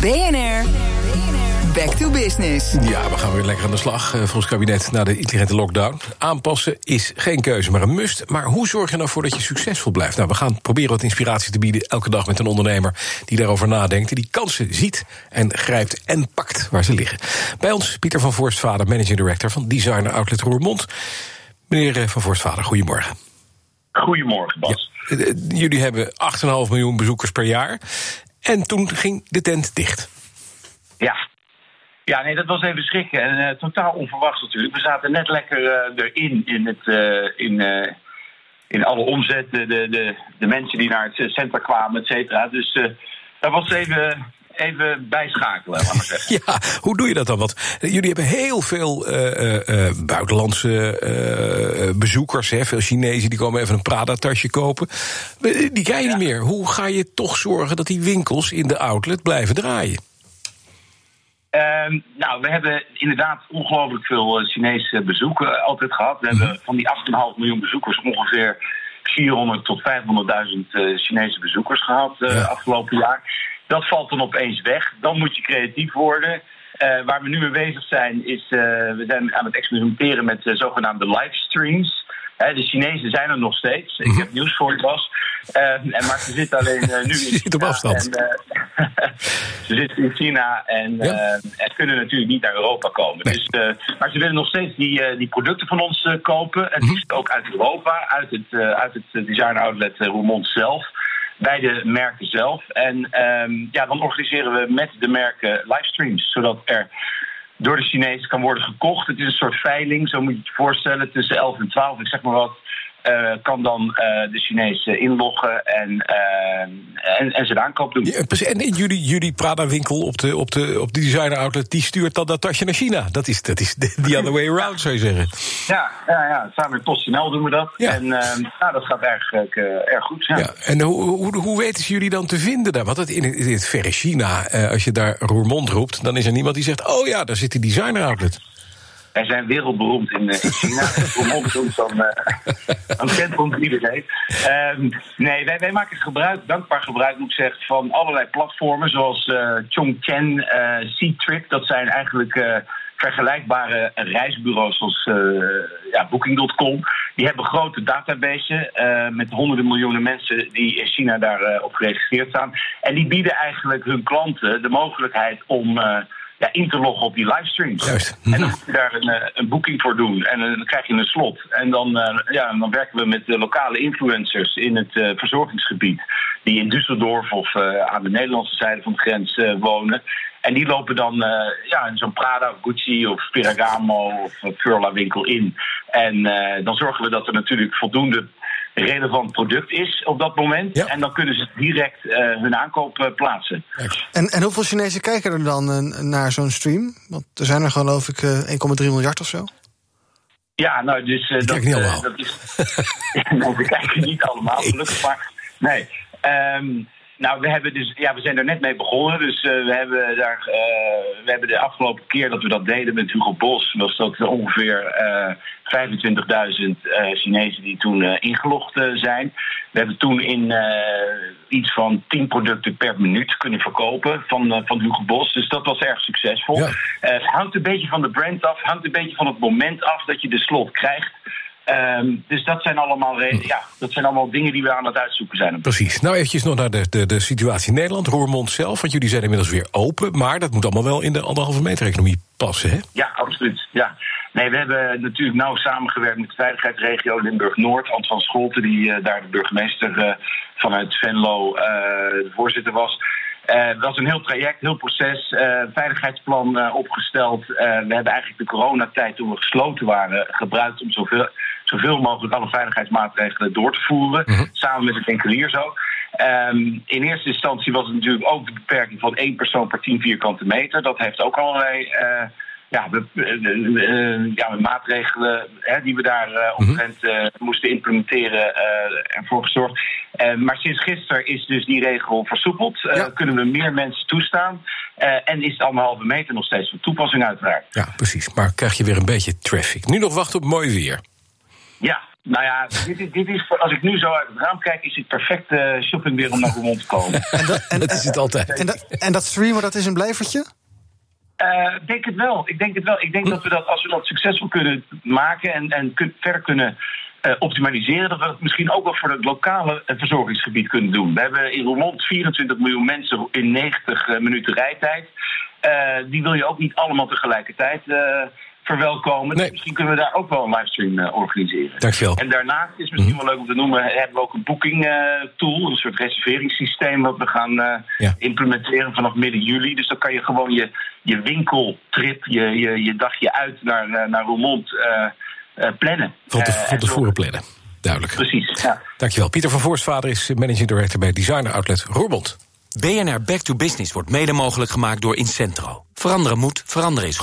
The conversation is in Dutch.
BNR Back to Business. Ja, we gaan weer lekker aan de slag. Volgens het kabinet na de intelligente lockdown. Aanpassen is geen keuze, maar een must. Maar hoe zorg je nou voor dat je succesvol blijft? Nou, we gaan proberen wat inspiratie te bieden elke dag met een ondernemer die daarover nadenkt, die kansen ziet en grijpt en pakt waar ze liggen. Bij ons Pieter van Voorstvader, managing director van Designer Outlet Roermond. Meneer van Voorstvader, goedemorgen. Goedemorgen, Bas. Ja, jullie hebben 8,5 miljoen bezoekers per jaar. En toen ging de tent dicht. Ja, nee, dat was even schrikken. En totaal onverwachts natuurlijk. We zaten net lekker erin in alle omzet. De mensen die naar het centrum kwamen, et cetera. Dus dat was even bijschakelen, laat maar zeggen. Ja, hoe doe je dat dan? Want jullie hebben heel veel buitenlandse bezoekers. Hè? Veel Chinezen die komen even een Prada-tasje kopen. Die krijg je niet meer. Hoe ga je toch zorgen dat die winkels in de outlet blijven draaien? We hebben inderdaad ongelooflijk veel Chinese bezoeken altijd gehad. We hebben van die 8,5 miljoen bezoekers ongeveer 400 tot 500.000 Chinese bezoekers gehad afgelopen jaar. Dat valt dan opeens weg. Dan moet je creatief worden. Waar we nu mee bezig zijn is, we zijn aan het experimenteren met zogenaamde livestreams. De Chinezen zijn er nog steeds. Ik heb nieuws voor je, Bas. Maar ze zitten alleen nu in China. Ze zitten op afstand. Ze zitten in China en kunnen natuurlijk niet naar Europa komen. Nee. Dus, maar ze willen nog steeds die producten van ons kopen. En liefst ook uit Europa, uit het Design Outlet Roermond zelf. Bij de merken zelf. En dan organiseren we met de merken livestreams. Zodat er door de Chinezen kan worden gekocht. Het is een soort veiling, zo moet je het voorstellen. Tussen 11 en 12, ik zeg maar wat. Kan dan de Chinezen inloggen en zijn aankoop doen. Ja, en jullie Prada-winkel op de Designer Outlet, die stuurt dan dat tasje naar China. Dat is the other way around, zou je zeggen. Ja, samen met PostNL doen we dat. Ja. En dat gaat eigenlijk erg goed. Ja. Ja, en hoe weten ze jullie dan te vinden daar? Want in het verre China, als je daar Roermond roept, dan is er niemand die zegt, oh ja, daar zit die Designer Outlet. Wij zijn wereldberoemd in China. Roermond is ons een kentpunt iedereen. Nee, wij maken dankbaar gebruik, moet ik zeggen, van allerlei platformen. Zoals Chongqing, Ctrip. Dat zijn eigenlijk vergelijkbare reisbureaus zoals Booking.com. Die hebben grote databases met honderden miljoenen mensen die in China daarop geregistreerd staan. En die bieden eigenlijk hun klanten de mogelijkheid om in te loggen op die livestreams. Juist. En dan moet je daar een boeking voor doen. En dan krijg je een slot. En dan werken we met de lokale influencers in het verzorgingsgebied. Die in Düsseldorf of aan de Nederlandse zijde van de grens wonen. En die lopen dan in zo'n Prada of Gucci of Ferragamo of Furla winkel in. En dan zorgen we dat er natuurlijk voldoende relevant product is op dat moment. Ja. En dan kunnen ze direct hun aankoop plaatsen. En hoeveel Chinezen kijken er dan naar zo'n stream? Want er zijn er geloof ik 1,3 miljard of zo. Ja, nou dus dat niet allemaal. Dat is. We kijken niet allemaal, gelukkig maar. Nee. We zijn er net mee begonnen. Dus we hebben de afgelopen keer dat we dat deden met Hugo Boss, was dat ongeveer 25.000 Chinezen die toen ingelogd zijn. We hebben toen in iets van 10 producten per minuut kunnen verkopen van Hugo Boss. Dus dat was erg succesvol. Ja. Het hangt een beetje van de brand af, hangt een beetje van het moment af dat je de slot krijgt. Dus dat zijn allemaal dingen die we aan het uitzoeken zijn. Precies. Nou, eventjes nog naar de situatie in Nederland. Roermond zelf, want jullie zijn inmiddels weer open. Maar dat moet allemaal wel in de 1,5 meter economie passen, hè? Ja, absoluut. Ja. Nee, we hebben natuurlijk nauw samengewerkt met de veiligheidsregio Limburg-Noord. Antoine Scholten, die daar de burgemeester vanuit Venlo de voorzitter was. Het was een heel traject, heel proces, veiligheidsplan opgesteld. We hebben eigenlijk de coronatijd, toen we gesloten waren, gebruikt om zoveel mogelijk alle veiligheidsmaatregelen door te voeren. Samen met het winkeliers ook. In eerste instantie was het natuurlijk ook de beperking van 1 persoon per 10 vierkante meter. Dat heeft ook allerlei maatregelen die we daar omtrent moesten implementeren ervoor gezorgd. Maar sinds gisteren is dus die regel versoepeld. Kunnen we meer mensen toestaan. En is het 1,5 meter nog steeds van toepassing uiteraard. Ja, precies. Maar krijg je weer een beetje traffic. Nu nog wachten op mooi weer. Nou ja, dit is, als ik nu zo uit het raam kijk, is het perfecte shopping weer om naar Roermond te komen. Dat is het altijd. En dat streamen, dat is een blijvertje? Ik denk het wel. Ik denk dat we dat, als we dat succesvol kunnen maken en verder kunnen optimaliseren, dat we dat misschien ook wel voor het lokale verzorgingsgebied kunnen doen. We hebben in Roermond 24 miljoen mensen in 90 minuten rijtijd. Die wil je ook niet allemaal tegelijkertijd verwelkomen. Nee. Dus misschien kunnen we daar ook wel een livestream organiseren. Dankjewel. En daarnaast is misschien wel leuk om te noemen, hebben we ook een booking tool, een soort reserveringssysteem wat we gaan implementeren vanaf midden juli. Dus dan kan je gewoon je winkeltrip, je dagje uit naar Roermond plannen. Van tevoren plannen. Duidelijk. Precies, ja. Dankjewel. Pieter van Voorstvader is managing director bij Designer Outlet Roermond. BNR Back to Business wordt mede mogelijk gemaakt door Incentro. Veranderen moet, veranderen is